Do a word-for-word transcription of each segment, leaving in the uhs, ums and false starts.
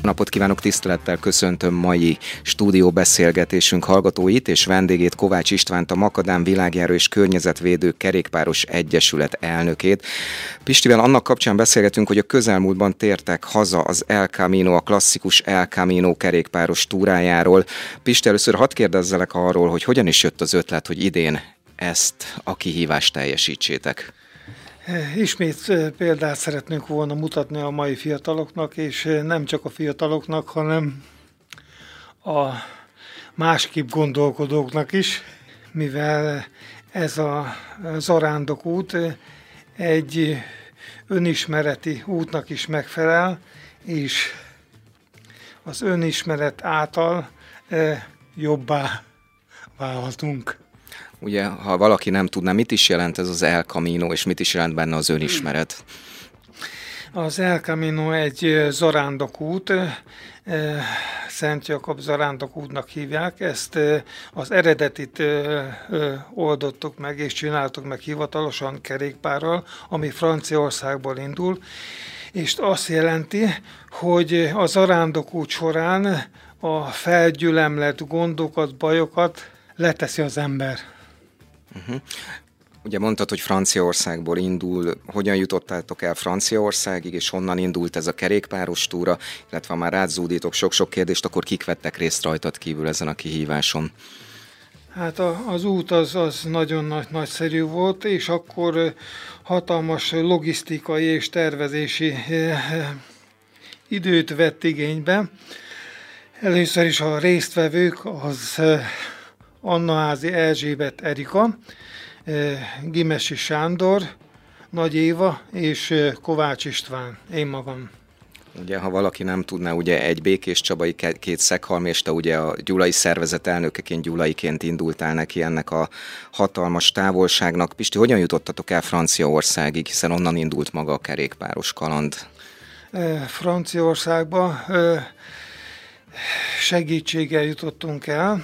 Napot kívánok, tisztelettel köszöntöm mai stúdióbeszélgetésünk hallgatóit és vendégét, Kovács Istvánt, a Makadám Világjáró és Környezetvédő Kerékpáros Egyesület elnökét. Pistivel annak kapcsán beszélgetünk, hogy a közelmúltban tértek haza az El Camino, a klasszikus El Camino kerékpáros túrájáról. Pisti, először hadd kérdezzelek arról, hogy hogyan is jött az ötlet, hogy idén ezt a kihívást teljesítsétek. Ismét példát szeretnénk volna mutatni a mai fiataloknak, és nem csak a fiataloknak, hanem a másképp gondolkodóknak is, mivel ez a zarándokút egy önismereti útnak is megfelel, és az önismeret által jobbá válhatunk. Ugye, ha valaki nem tudná, mit is jelent ez az El Camino, és mit is jelent benne az önismeret? Az El Camino egy zarándokút, Szent Jakab zarándokútnak hívják. Ezt az eredetit oldottuk meg, és csináltuk meg hivatalosan kerékpárral, ami Franciaországból indul, és azt jelenti, hogy a zarándokút során a felgyülemlett gondokat, bajokat leteszi az ember. Uh-huh. Ugye mondtad, hogy Franciaországból indul, hogyan jutottátok el Franciaországig, és honnan indult ez a kerékpáros túra, illetve ha már rátzúdítok sok-sok kérdést, akkor kik vettek részt rajtad kívül ezen a kihíváson? Hát a, az út az, az nagyon nagy, nagyszerű volt, és akkor hatalmas logisztikai és tervezési eh, időt vett igénybe. Először is a résztvevők az eh, Annaházi Erzsébet Erika, Gimesi Sándor, Nagy Éva és Kovács István, én magam. Ugye, ha valaki nem tudná, ugye egy Békés Csabai, két Szeghalmi, és te ugye a gyulai szervezet elnökeként, gyulaiként indultál neki ennek a hatalmas távolságnak. Pisti, hogyan jutottatok el Franciaországig, hiszen onnan indult maga a kerékpáros kaland? Franciaországba segítséggel jutottunk el.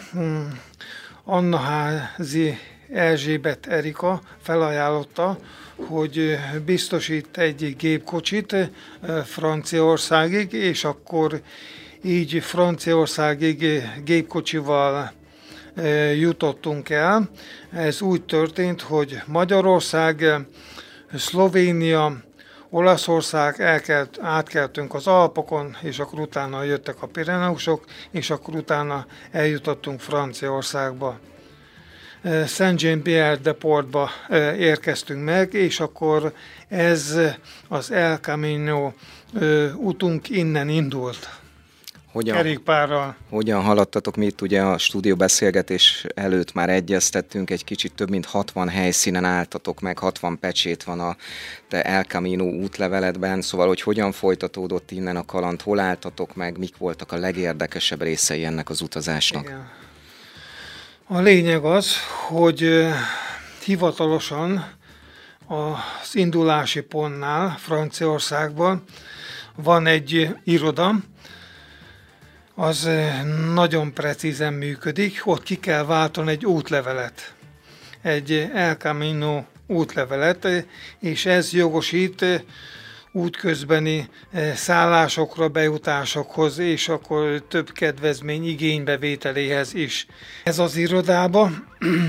Annaházi Erzsébet Erika felajánlotta, hogy biztosít egy gépkocsit Franciaországig, és akkor így Franciaországig gépkocsival jutottunk el. Ez úgy történt, hogy Magyarország, Szlovénia, Olaszország, elkelt, átkeltünk az Alpokon, és akkor utána jöttek a Pireneusok, és akkor utána eljutottunk Franciaországba. Saint-Jean-Pierre-de-Portba érkeztünk meg, és akkor ez az El Camino utunk innen indult. Hogyan, kerékpárral. Hogyan haladtatok? Mi itt ugye a stúdióbeszélgetés előtt már egyeztettünk, egy kicsit több mint hatvan helyszínen álltatok meg, hatvan pecsét van a te El Camino útleveledben, szóval hogy hogyan folytatódott innen a kaland, hol álltatok meg, mik voltak a legérdekesebb részei ennek az utazásnak? Igen. A lényeg az, hogy hivatalosan az indulási pontnál Franciaországban van egy iroda, az nagyon precízen működik, ott ki kell váltani egy útlevelet, egy El Camino útlevelet, és ez jogosít útközbeni szállásokra, bejutásokhoz, és akkor több kedvezmény igénybevételéhez is. Ez az irodában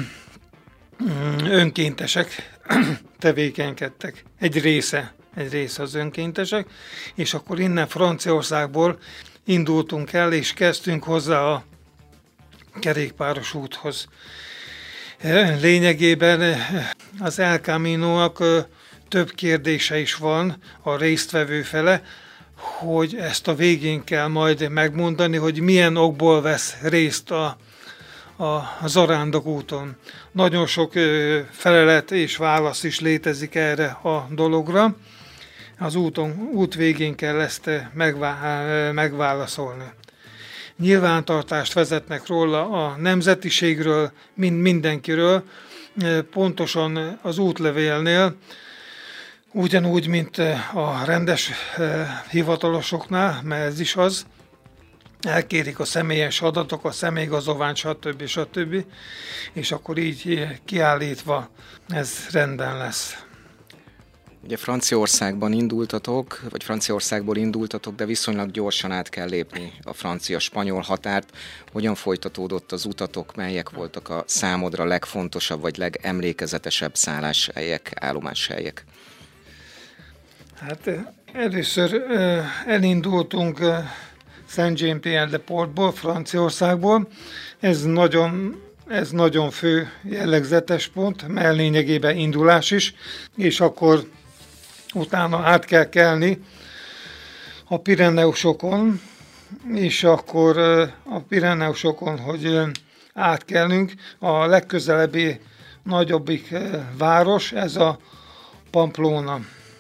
önkéntesek tevékenykedtek, egy része, egy része az önkéntesek, és akkor innen Franciaországból indultunk el, és kezdtünk hozzá a kerékpáros úthoz. Lényegében az El Camino-nak több kérdése is van a résztvevő fele, hogy ezt a végén kell majd megmondani, hogy milyen okból vesz részt a, a zarándokúton. Nagyon sok felelet és válasz is létezik erre a dologra. Az úton, út végén kell ezt megvá- megválaszolni. Nyilvántartást vezetnek róla a nemzetiségről, mind mindenkiről, pontosan az útlevélnél, ugyanúgy, mint a rendes hivatalosoknál, mert ez is az, elkérik a személyes adatok, a személyigazolvány, stb. stb. És akkor így kiállítva ez rendben lesz. Ugye Franciaországban indultatok, vagy Franciaországból indultatok, de viszonylag gyorsan át kell lépni a francia-spanyol határt. Hogyan folytatódott az utatok, melyek voltak a számodra legfontosabb, vagy legemlékezetesebb szálláshelyek, állomáshelyek? Hát először elindultunk Saint-Jean-Pied-de-Portból, Franciaországból. Ez nagyon, ez nagyon fő jellegzetes pont, mert lényegében indulás is, és akkor utána át kell kelni a Pireneusokon, és akkor a Pireneusokon, hogy átkelnünk, a legközelebbi nagyobbik város, ez a Pamplona.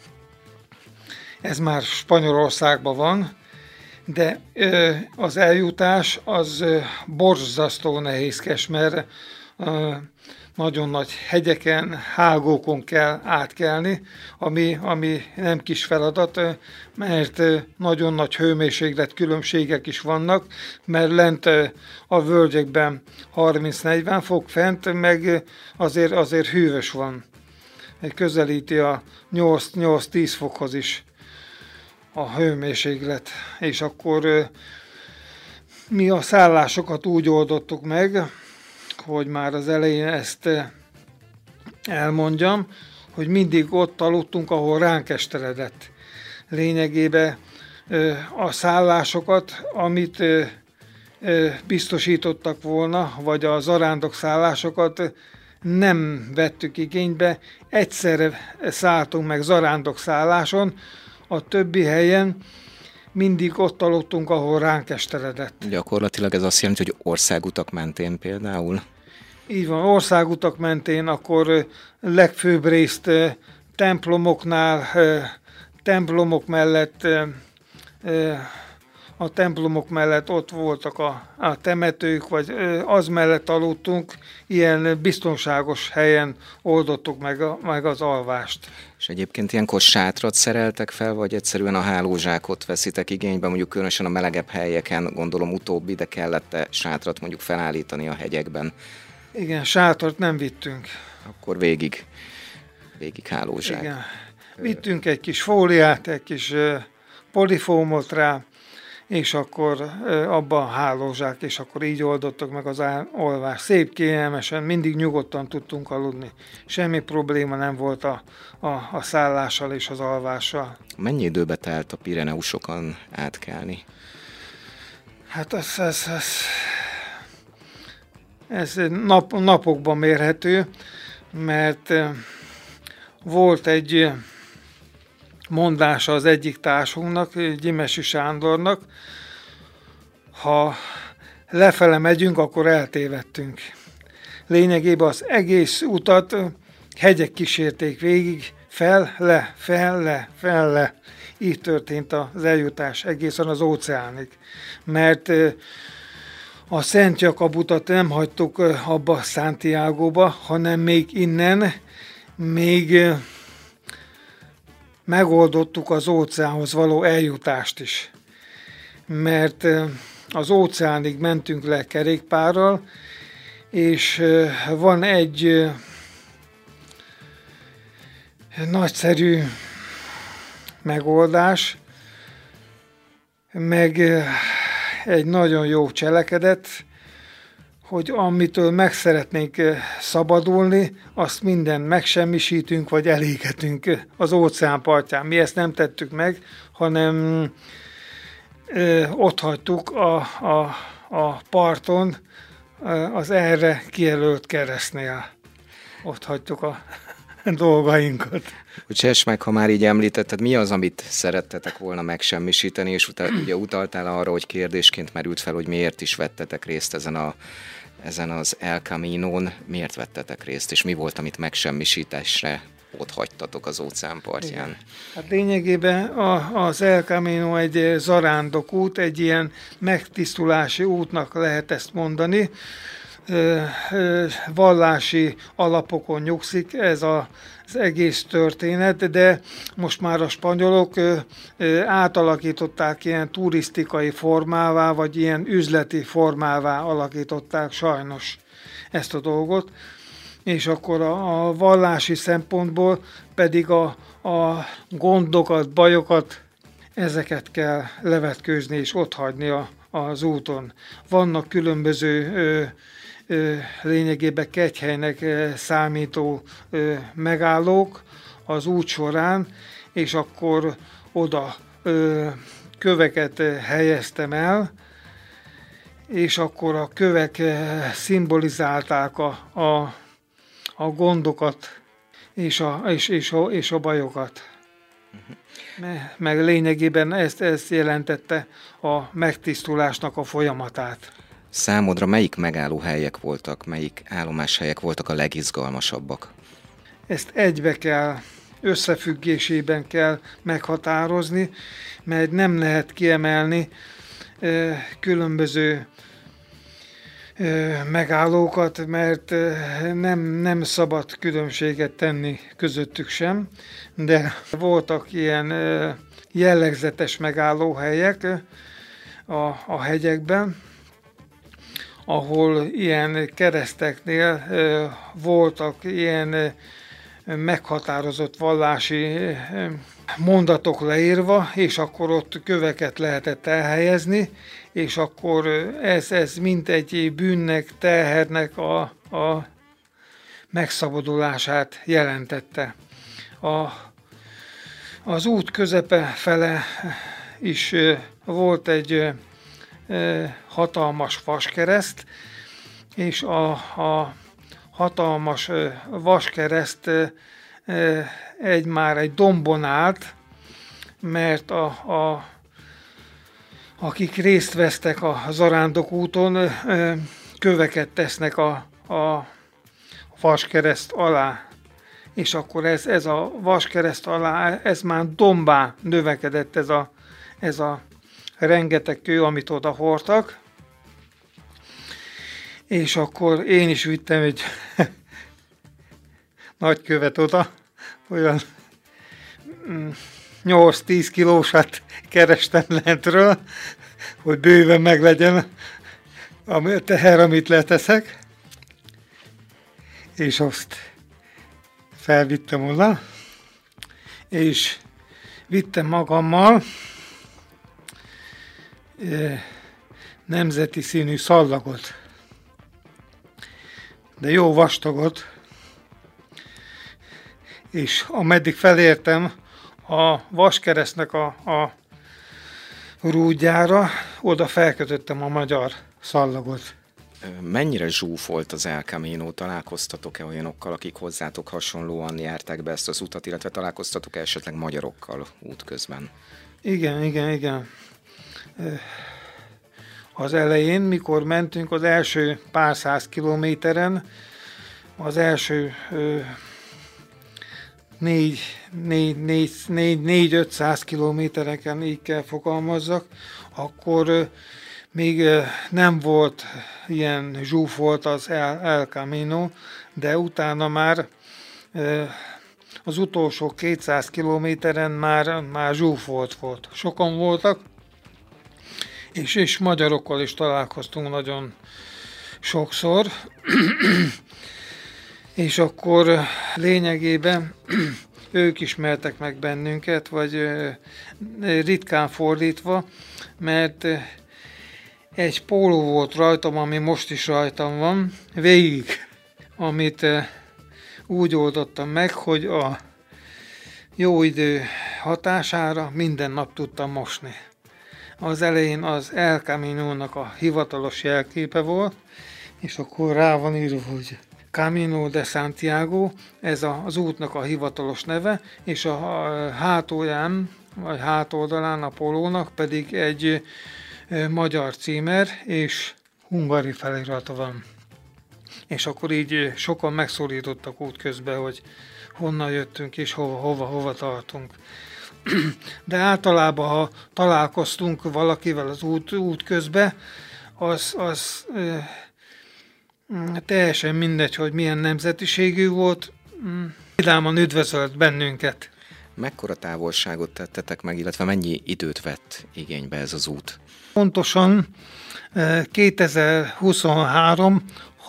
Ez már Spanyolországban van, de az eljutás az borzasztó nehézkes, mert nagyon nagy hegyeken, hágókon kell átkelni, ami, ami nem kis feladat, mert nagyon nagy hőmérséklet különbségek is vannak, mert lent a völgyekben harminc-negyven fok, fent meg azért, azért hűvös van. Közelíti a nyolc-tíz fokhoz is a hőmérséklet, és akkor mi a szállásokat úgy oldottuk meg, hogy már az elején ezt elmondjam, hogy mindig ott aludtunk, ahol ránk esteredett. Lényegében a szállásokat, amit biztosítottak volna, vagy a zarándok szállásokat nem vettük igénybe, egyszerre szálltunk meg zarándok szálláson, a többi helyen mindig ott aludtunk, ahol ránk esteredett. Gyakorlatilag ez azt jelenti, hogy országutak mentén például? Így van, országutak mentén, akkor legfőbb részt templomoknál, templomok mellett, a templomok mellett ott voltak a, a temetők, vagy az mellett aludtunk, ilyen biztonságos helyen oldottuk meg, a, meg az alvást. És egyébként ilyenkor sátrat szereltek fel, vagy egyszerűen a hálózsákot veszitek igénybe, mondjuk különösen a melegebb helyeken, gondolom utóbbi, de kellett-e sátrat mondjuk felállítani a hegyekben? Igen, sátrat nem vittünk. Akkor végig, végig hálózsák. Igen. Vittünk egy kis fóliát, egy kis polifómot rá, és akkor abban hálózsák, és akkor így oldottak meg az alvást. Szép, kényelmesen, mindig nyugodtan tudtunk aludni. Semmi probléma nem volt a, a, a szállással és az alvással. Mennyi időbe telt a Pireneusokon átkelni? Hát ez, ez, ez, ez nap, napokban mérhető, mert volt egy mondása az egyik társunknak, Gyimesi Sándornak, ha lefele megyünk, akkor eltévedtünk. Lényegében az egész utat hegyek kísérték végig, fel, le, fel, le, fel, le. Így történt az eljutás egészen az óceánig. Mert a Szent Jakab utat nem hagytuk abba Santiagóba, hanem még innen, még megoldottuk az óceánhoz való eljutást is. Mert az óceánig mentünk le kerékpárral, és van egy nagyszerű megoldás, meg egy nagyon jó cselekedet, hogy amitől meg szeretnénk szabadulni, azt mindent megsemmisítünk, vagy elégetünk az óceán partján. Mi ezt nem tettük meg, hanem ö, ott hagytuk a, a, a parton az erre kijelölt keresztnél. Ott hagytuk a dolgainkat. Bocsáss meg, ha már így említetted, mi az, amit szerettetek volna megsemmisíteni, és utána ugye utaltál arra, hogy kérdésként merült fel, hogy miért is vettetek részt ezen, a, ezen az El Caminón, miért vettetek részt, és mi volt, amit megsemmisítésre ott hagytatok az óceánpartján? Igen. Hát lényegében a, az El Camino egy zarándok út, egy ilyen megtisztulási útnak lehet ezt mondani, vallási alapokon nyugszik ez a, az egész történet, de most már a spanyolok átalakították ilyen turisztikai formává, vagy ilyen üzleti formává alakították sajnos ezt a dolgot, és akkor a, a vallási szempontból pedig a, a gondokat, bajokat, ezeket kell levetkőzni és otthagyni a, az úton. Vannak különböző ö, ö, lényegében kegyhelynek számító ö, megállók az út során, és akkor oda ö, köveket helyeztem el, és akkor a kövek szimbolizálták a, a, a gondokat és a, és, és, a, és a bajokat. Uh-huh. Meg lényegében ezt, ezt jelentette a megtisztulásnak a folyamatát. Számodra melyik megállóhelyek voltak, melyik állomáshelyek voltak a legizgalmasabbak? Ezt egybe kell, összefüggésében kell meghatározni, mert nem lehet kiemelni különböző megállókat, mert nem, nem szabad különbséget tenni közöttük sem, de voltak ilyen jellegzetes megállóhelyek a, a hegyekben, ahol ilyen kereszteknél voltak ilyen meghatározott vallási mondatok leírva, és akkor ott köveket lehetett elhelyezni, és akkor ez, ez mint egy bűnnek, tehernek a, a megszabadulását jelentette. A, az út közepe fele is volt egy hatalmas vaskereszt, és a, a hatalmas vaskereszt egy már egy dombon állt, mert a, a, akik részt vesztek a zarándok úton, köveket tesznek a, a vaskereszt alá. És akkor ez, ez a vaskereszt alá, ez már dombá növekedett ez a, ez a rengeteg kő, amit oda hordtak. És akkor én is vittem egy nagy követ oda, olyan nyolc-tíz kilósat kerestem lentről, hogy bőven meglegyen a teher, amit leteszek, és azt felvittem oda, és vittem magammal nemzeti színű szallagot, de jó vastagot, és ameddig felértem a vaskeresztnek a, a rúdjára, oda felkötöttem a magyar szallagot. Mennyire zsúfolt az El Camino? Találkoztatok-e olyanokkal, akik hozzátok hasonlóan járták be ezt az utat, illetve találkoztatok-e esetleg magyarokkal útközben? Igen, igen, igen. Az elején, mikor mentünk az első pár száz kilométeren, az első négy, négy, négy, négy, négy ötszáz kilométereken, így kell fogalmazzak, akkor még nem volt ilyen zsúfolt az El, El Camino, de utána már az utolsó kétszáz kilométeren már, már zsúfolt volt. Sokan voltak, és, és magyarokkal is találkoztunk nagyon sokszor, és akkor lényegében ők ismertek meg bennünket, vagy ritkán fordítva, mert egy póló volt rajtam, ami most is rajtam van, végig, amit úgy oldottam meg, hogy a jó idő hatására minden nap tudtam mosni. Az elején az El Camino-nak a hivatalos jelképe volt, és akkor rá van írva, hogy Camino de Santiago, ez az útnak a hivatalos neve, és a hátolján, vagy hátoldalán a pólónak pedig egy magyar címer és hungari felirata van. És akkor így sokan megszólítottak útközben, hogy honnan jöttünk és hova, hova, hova tartunk. De általában, ha találkoztunk valakivel az út, út közben, az, az e, teljesen mindegy, hogy milyen nemzetiségű volt, vidáman üdvözölt bennünket. Mekkora távolságot tettetek meg, illetve mennyi időt vett igénybe ez az út? Pontosan kétezer-huszonhárom.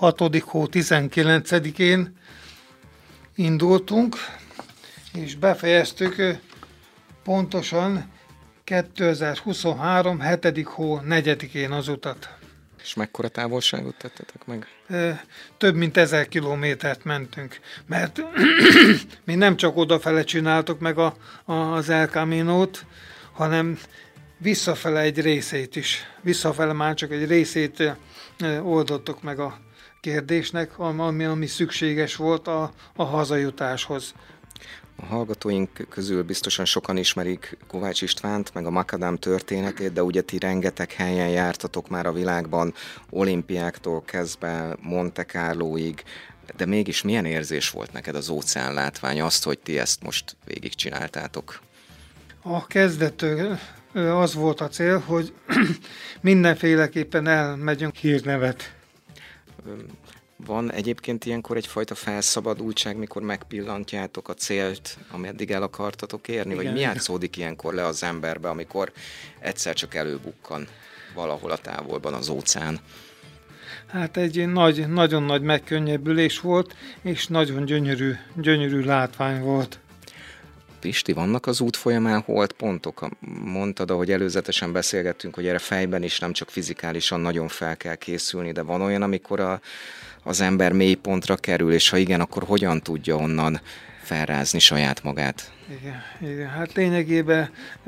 hatodik hó tizenkilencedikén indultunk, és befejeztük pontosan kétezer-huszonhárom. hetedik hó negyedikén az utat. És mekkora távolságot tettetek meg? Több mint ezer kilométert mentünk, mert mi nem csak odafele csináltuk meg a, a, az El Caminót, hanem visszafele egy részét is. Visszafele már csak egy részét oldottuk meg a kérdésnek, ami, ami szükséges volt a, a hazajutáshoz. A hallgatóink közül biztosan sokan ismerik Kovács Istvánt, meg a makadám történetét, de ugye ti rengeteg helyen jártatok már a világban, olimpiáktól kezdve Monte Carloig, de mégis milyen érzés volt neked az óceán látvány, azt, hogy ti ezt most végigcsináltátok? A kezdettől az volt a cél, hogy mindenféleképpen elmegyünk hírnevet. Van egyébként ilyenkor egyfajta felszabadultság, mikor megpillantjátok a célt, ameddig el akartatok érni? Igen. Vagy mi játszódik ilyenkor le az emberbe, amikor egyszer csak előbukkan valahol a távolban az óceán? Hát egy nagy, nagyon nagy megkönnyebbülés volt, és nagyon gyönyörű, gyönyörű látvány volt. Pisti, vannak az út folyamán holdpontok? Mondtad, ahogy előzetesen beszélgettünk, hogy erre fejben is, nem csak fizikálisan nagyon fel kell készülni, de van olyan, amikor a, az ember mélypontra kerül, és ha igen, akkor hogyan tudja onnan felrázni saját magát? Igen, igen. Hát lényegében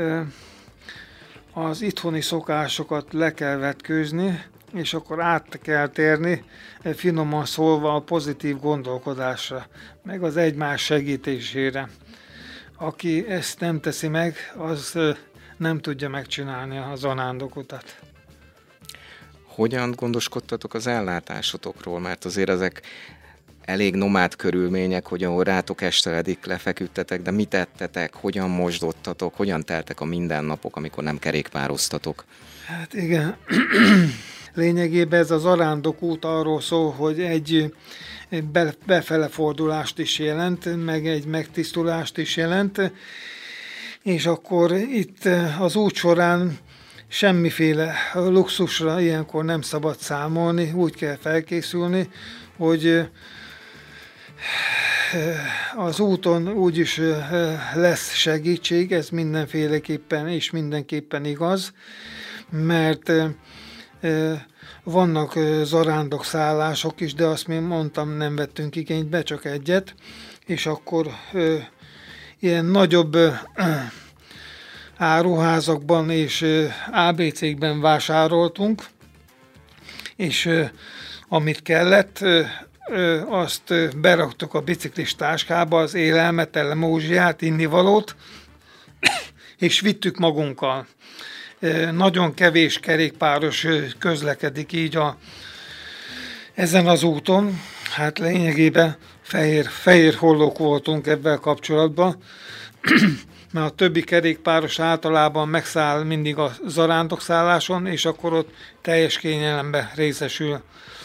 az itthoni szokásokat le kell vetkőzni, és akkor át kell térni, finoman szólva, a pozitív gondolkodásra, meg az egymás segítésére. Aki ezt nem teszi meg, az nem tudja megcsinálni a zanándokutat. Hogyan gondoskodtatok az ellátásotokról? Mert azért ezek elég nomád körülmények, hogy ahol rátok esteledik, lefeküdtetek, de mit tettetek, hogyan mosdottatok, hogyan teltek a mindennapok, amikor nem kerékpároztatok? Hát igen, lényegében ez az zarándokút arról szól, hogy egy befele fordulást is jelent, meg egy megtisztulást is jelent, és akkor itt az út során semmiféle luxusra ilyenkor nem szabad számolni, úgy kell felkészülni, hogy az úton úgyis lesz segítség, ez mindenféleképpen és mindenképpen igaz, mert vannak zarándokszállások is, de azt, mint mondtam, nem vettünk igénybe, csak egyet, és akkor ö, ilyen nagyobb ö, áruházakban és ö, á bé cékben vásároltunk, és ö, amit kellett, ö, ö, azt ö, beraktuk a biciklis táskába, az élelmet, elemózsiát, innivalót, és vittük magunkkal. Nagyon kevés kerékpáros közlekedik így a, ezen az úton. Hát lényegében fehér, fehér hollók voltunk ebben kapcsolatban, mert a többi kerékpáros általában megszáll mindig a zarándokszálláson, és akkor ott teljes kényelembe részesül.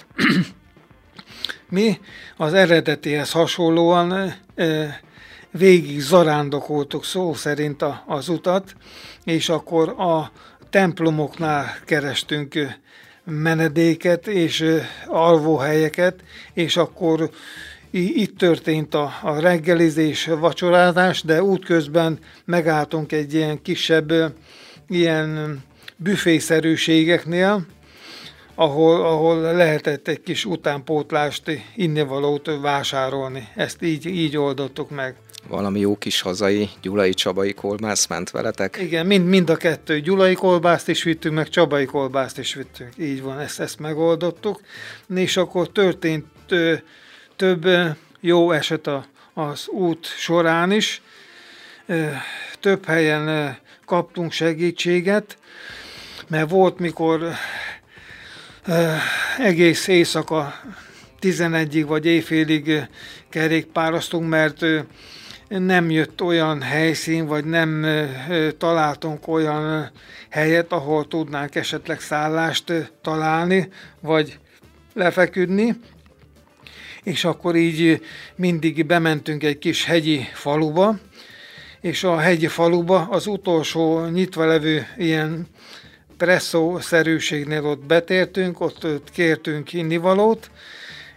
Mi az eredetihez hasonlóan végig zarándokoltuk szó szerint a, az utat, és akkor a templomoknál kerestünk menedéket és alvóhelyeket, és akkor itt történt a, a reggelizés, vacsorázás, de útközben megálltunk egy ilyen kisebb ilyen büfészerűségeknél, ahol, ahol lehetett egy kis utánpótlást, innivalót vásárolni. Ezt így, így oldottuk meg. Valami jó kis hazai gyulai csabai kolbász ment veletek? Igen, mind, mind a kettő. Gyulai kolbászt is vittünk, meg csabai kolbászt is vittünk. Így van, ezt, ezt megoldottuk. És akkor történt ö, több ö, jó eset a, az út során is. Ö, több helyen ö, kaptunk segítséget, mert volt, mikor ö, egész éjszaka tizenegyig vagy éjfélig kerékpároztunk, mert ö, nem jött olyan helyszín, vagy nem találtunk olyan helyet, ahol tudnánk esetleg szállást találni, vagy lefeküdni. És akkor így mindig bementünk egy kis hegyi faluba, és a hegyi faluba az utolsó nyitva levő ilyen presszó-szerűségnél ott betértünk, ott kértünk innivalót,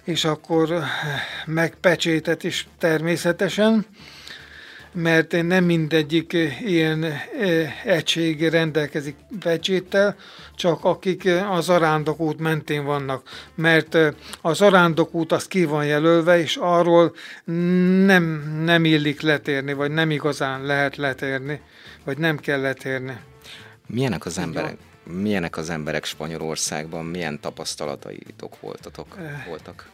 és akkor megpecsétet is természetesen, mert nem mindegyik ilyen egység rendelkezik pecséttel, csak akik a zarándokút mentén vannak, mert a zarándokút az ki van jelölve, és arról nem, nem illik letérni, vagy nem igazán lehet letérni, vagy nem kell letérni. Milyenek az emberek? Milyenek az emberek Spanyolországban? Milyen tapasztalataitok voltatok, voltak?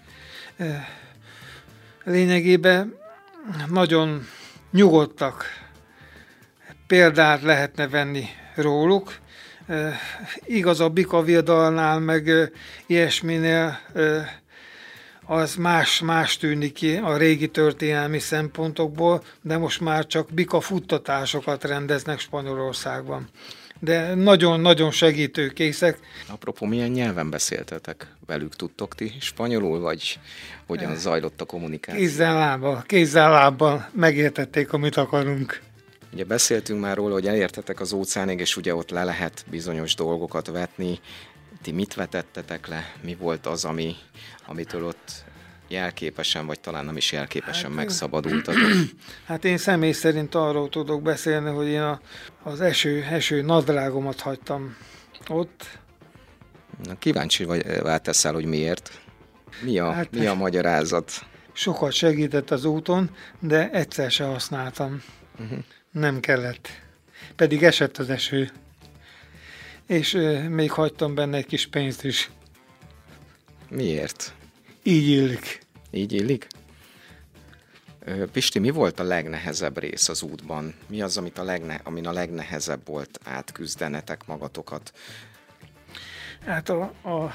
Lényegében nagyon nyugodtak. Példát lehetne venni róluk. Igaz, a bikaviadalnál, meg ilyesminél az más, más tűnik ki a régi történelmi szempontokból, de most már csak bikafuttatásokat rendeznek Spanyolországban. De nagyon-nagyon segítőkészek. Apropó, milyen nyelven beszéltetek velük? Tudtok ti spanyolul, vagy hogyan zajlott a kommunikáció? Kézzel-lábbal, kézzel-lábbal megértették, amit akarunk. Ugye beszéltünk már róla, hogy elértetek az óceánig, és ugye ott le lehet bizonyos dolgokat vetni. Ti mit vetettetek le? Mi volt az, ami, amitől ott jelképesen, vagy talán nem is jelképesen hát, megszabadultatok? Hát én személy szerint arról tudok beszélni, hogy én a, az eső, eső nadrágomat hagytam ott. Na, kíváncsi vagy, válteszel, hogy miért? Mi a, hát, mi a magyarázat? Sokat segített az úton, de egyszer se használtam. Uh-huh. Nem kellett. Pedig esett az eső. És euh, még hagytam benne egy kis pénzt is. Miért? Így illik. Így illik? Pisti, mi volt a legnehezebb rész az útban? Mi az, amit a legne, amin a legnehezebb volt átküzdenetek magatokat? Hát a, a,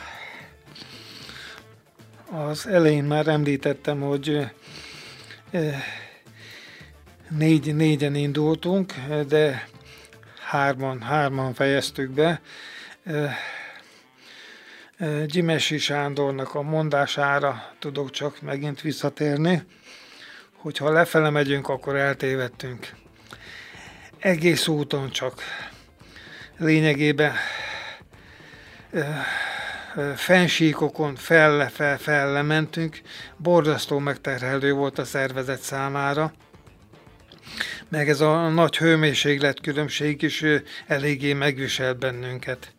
az elején már említettem, hogy e, négy, négyen indultunk, de hárman, hárman fejeztük be. E, Gyimesi Sándornak a mondására tudok csak megint visszatérni, hogy ha lefele megyünk, akkor eltévedtünk. Egész úton csak lényegében fensíkokon felle, fel, felle mentünk, borzasztó megterhelő volt a szervezet számára, meg ez a nagy hőmérséklet különbség is eléggé megviselt bennünket.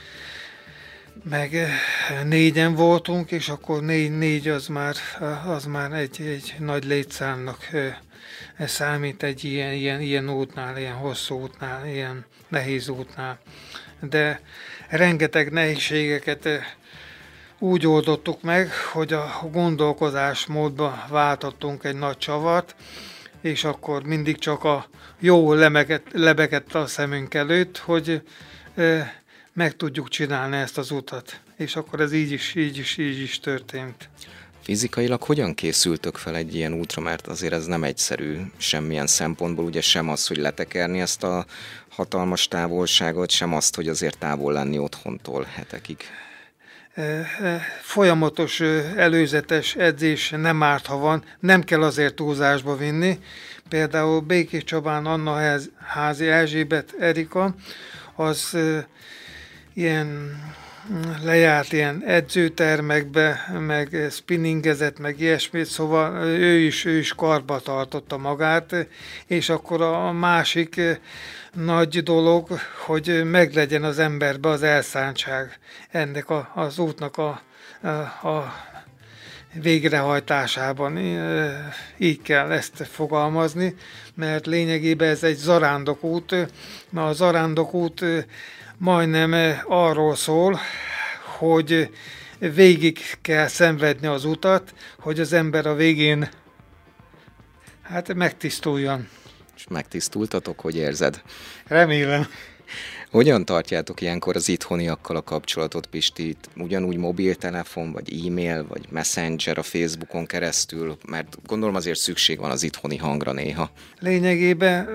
Meg négyen voltunk, és akkor négy, négy az már, az már egy, egy nagy létszámnak számít egy ilyen, ilyen, ilyen útnál, ilyen hosszú útnál, ilyen nehéz útnál. De rengeteg nehézségeket úgy oldottuk meg, hogy a gondolkozásmódba váltottunk egy nagy csavart, és akkor mindig csak a jó lemeket, lebegett a szemünk előtt, hogy meg tudjuk csinálni ezt az utat. És akkor ez így is, így is, így is történt. Fizikailag hogyan készültök fel egy ilyen útra, mert azért ez nem egyszerű semmilyen szempontból, ugye sem az, hogy letekerni ezt a hatalmas távolságot, sem azt, hogy azért távol lenni otthontól hetekig. Folyamatos előzetes edzés nem árt, ha van, nem kell azért túlzásba vinni. Például Békés Csabán Anna Házi Erzsébet Erika, az ilyen lejárt ilyen edzőtermekbe, meg spinningezett, meg ilyesmit, szóval ő is, ő is karba tartotta magát, és akkor a másik nagy dolog, hogy meglegyen az emberbe az elszántság ennek a, az útnak a, a, a végrehajtásában. Így kell ezt fogalmazni, mert lényegében ez egy zarándokút, mert a zarándokút majdnem arról szól, hogy végig kell szenvedni az utat, hogy az ember a végén hát megtisztuljon. És megtisztultatok, hogy érzed? Remélem. Hogyan tartjátok ilyenkor az itthoniakkal a kapcsolatot, Pisti? Ugyanúgy mobiltelefon, vagy e-mail, vagy messenger a Facebookon keresztül? Mert gondolom azért szükség van az itthoni hangra néha. Lényegében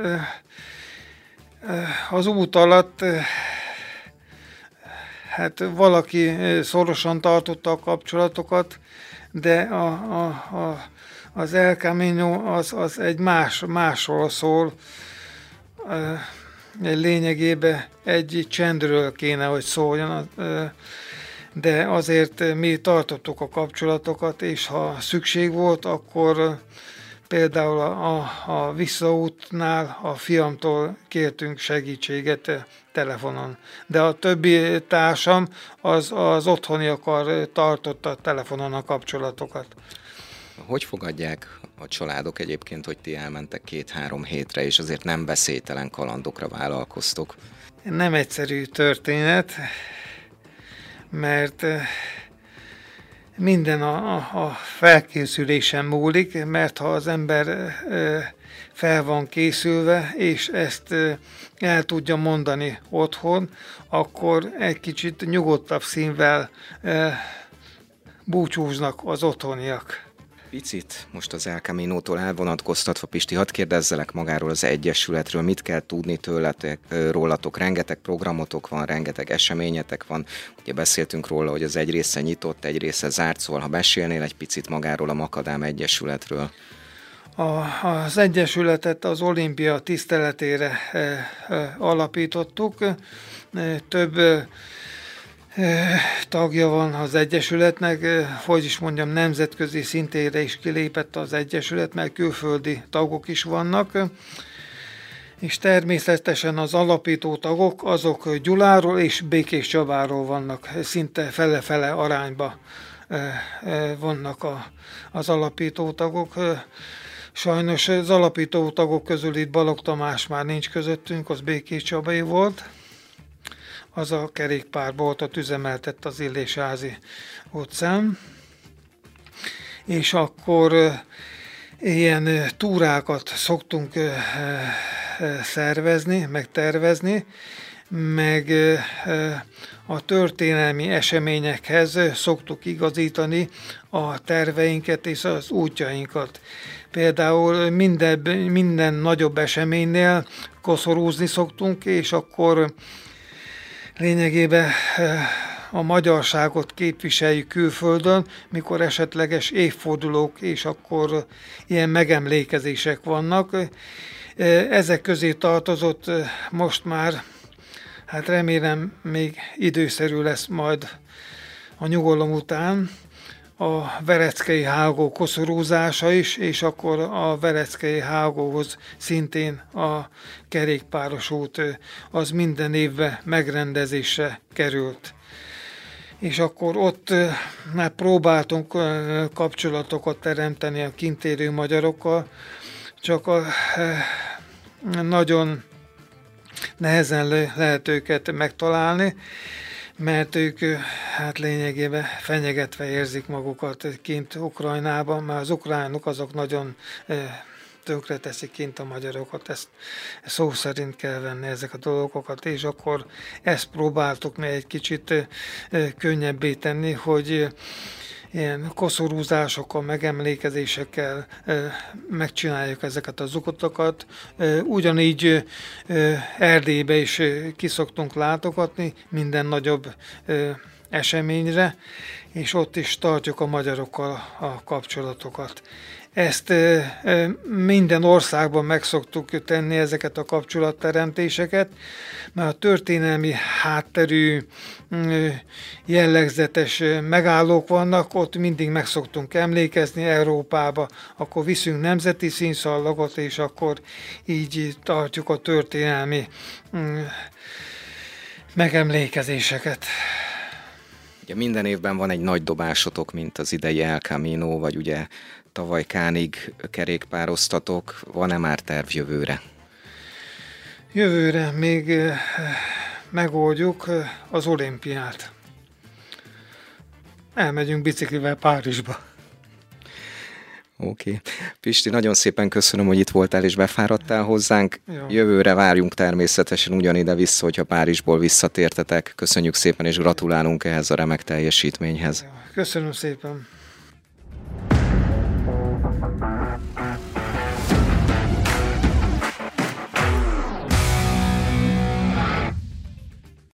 az út alatt hát valaki szorosan tartotta a kapcsolatokat, de a, a, a, az El Camino az, az egy más, másról szól. Lényegében egy csendről kéne, hogy szóljon. de azért mi tartottuk a kapcsolatokat, és ha szükség volt, akkor például a, a, a visszaútnál a fiamtól kértünk segítséget telefonon. De a többi társam az, az otthoniakkal tartotta telefonon a kapcsolatokat. Hogy fogadják a családok egyébként, hogy ti elmentek két-három hétre, és azért nem veszélytelen kalandokra vállalkoztok? Nem egyszerű történet, mert minden a, a felkészülésen múlik, mert ha az ember fel van készülve, és ezt el tudja mondani otthon, akkor egy kicsit nyugodtabb színvel búcsúznak az otthoniak. Picit most az El Caminótól elvonatkoztatva, Pisti, hadd kérdezzelek magáról az Egyesületről, mit kell tudni tőletek, rólatok, rengeteg programotok van, rengeteg eseményetek van, ugye beszéltünk róla, hogy az egy része nyitott, egy része zárt, szóval ha mesélnél egy picit magáról a Makadám Egyesületről. A, az Egyesületet az olimpia tiszteletére e, e, alapítottuk, e, több e, tagja van az Egyesületnek, hogy is mondjam, nemzetközi szintére is kilépett az Egyesület, mert külföldi tagok is vannak, és természetesen az alapító tagok azok Gyuláról és Békés Csabáról vannak, szinte fele-fele arányba vannak a, az alapító tagok. Sajnos az alapító tagok közül itt Balogh Tamás már nincs közöttünk, az Békés Csabai volt. Az a kerékpárboltot üzemeltett az Illésházy utcán. És akkor ilyen túrákat szoktunk szervezni, meg tervezni, meg a történelmi eseményekhez szoktuk igazítani a terveinket és az útjainkat. Például minden, minden nagyobb eseménynél koszorúzni szoktunk, és akkor lényegében a magyarságot képviseljük külföldön, mikor esetleges évfordulók, és akkor ilyen megemlékezések vannak. Ezek közé tartozott most már, hát remélem még időszerű lesz majd a nyugalom után, a Vereckei hágó koszorúzása is, és akkor a Vereckei hágóhoz szintén a kerékpáros út az minden évben megrendezésre került. És akkor ott már próbáltunk kapcsolatokat teremteni a kint élő magyarokkal, csak a, nagyon nehezen lehet őket megtalálni, mert ők hát lényegében fenyegetve érzik magukat kint Ukrajnában, mert az ukránok azok nagyon tönkre teszik kint a magyarokat, ezt szó szerint kell venni ezek a dolgokat, és akkor ezt próbáltuk mi egy kicsit könnyebbé tenni, hogy ilyen koszorúzásokkal, megemlékezésekkel megcsináljuk ezeket az utakat. Ugyanígy Erdélybe is kiszoktunk látogatni minden nagyobb eseményre, és ott is tartjuk a magyarokkal a kapcsolatokat. Ezt minden országban meg szoktuk tenni, ezeket a kapcsolatteremtéseket, mert a történelmi hátterű jellegzetes megállók vannak, ott mindig meg szoktunk emlékezni Európába, akkor viszünk nemzeti színszallagot, és akkor így tartjuk a történelmi megemlékezéseket. Ugye minden évben van egy nagy dobásotok, mint az idei El Camino, vagy ugye tavaly Kánig kerékpároztatok. Van-e már terv jövőre? Jövőre még megoldjuk az olimpiát. Elmegyünk biciklivel Párizsba. Oké. Okay. Pisti, nagyon szépen köszönöm, hogy itt voltál és befáradtál hozzánk. Jó. Jövőre várjunk természetesen ugyanide vissza, hogyha Párizsból visszatértetek. Köszönjük szépen és gratulálunk ehhez a remek teljesítményhez. Köszönöm szépen.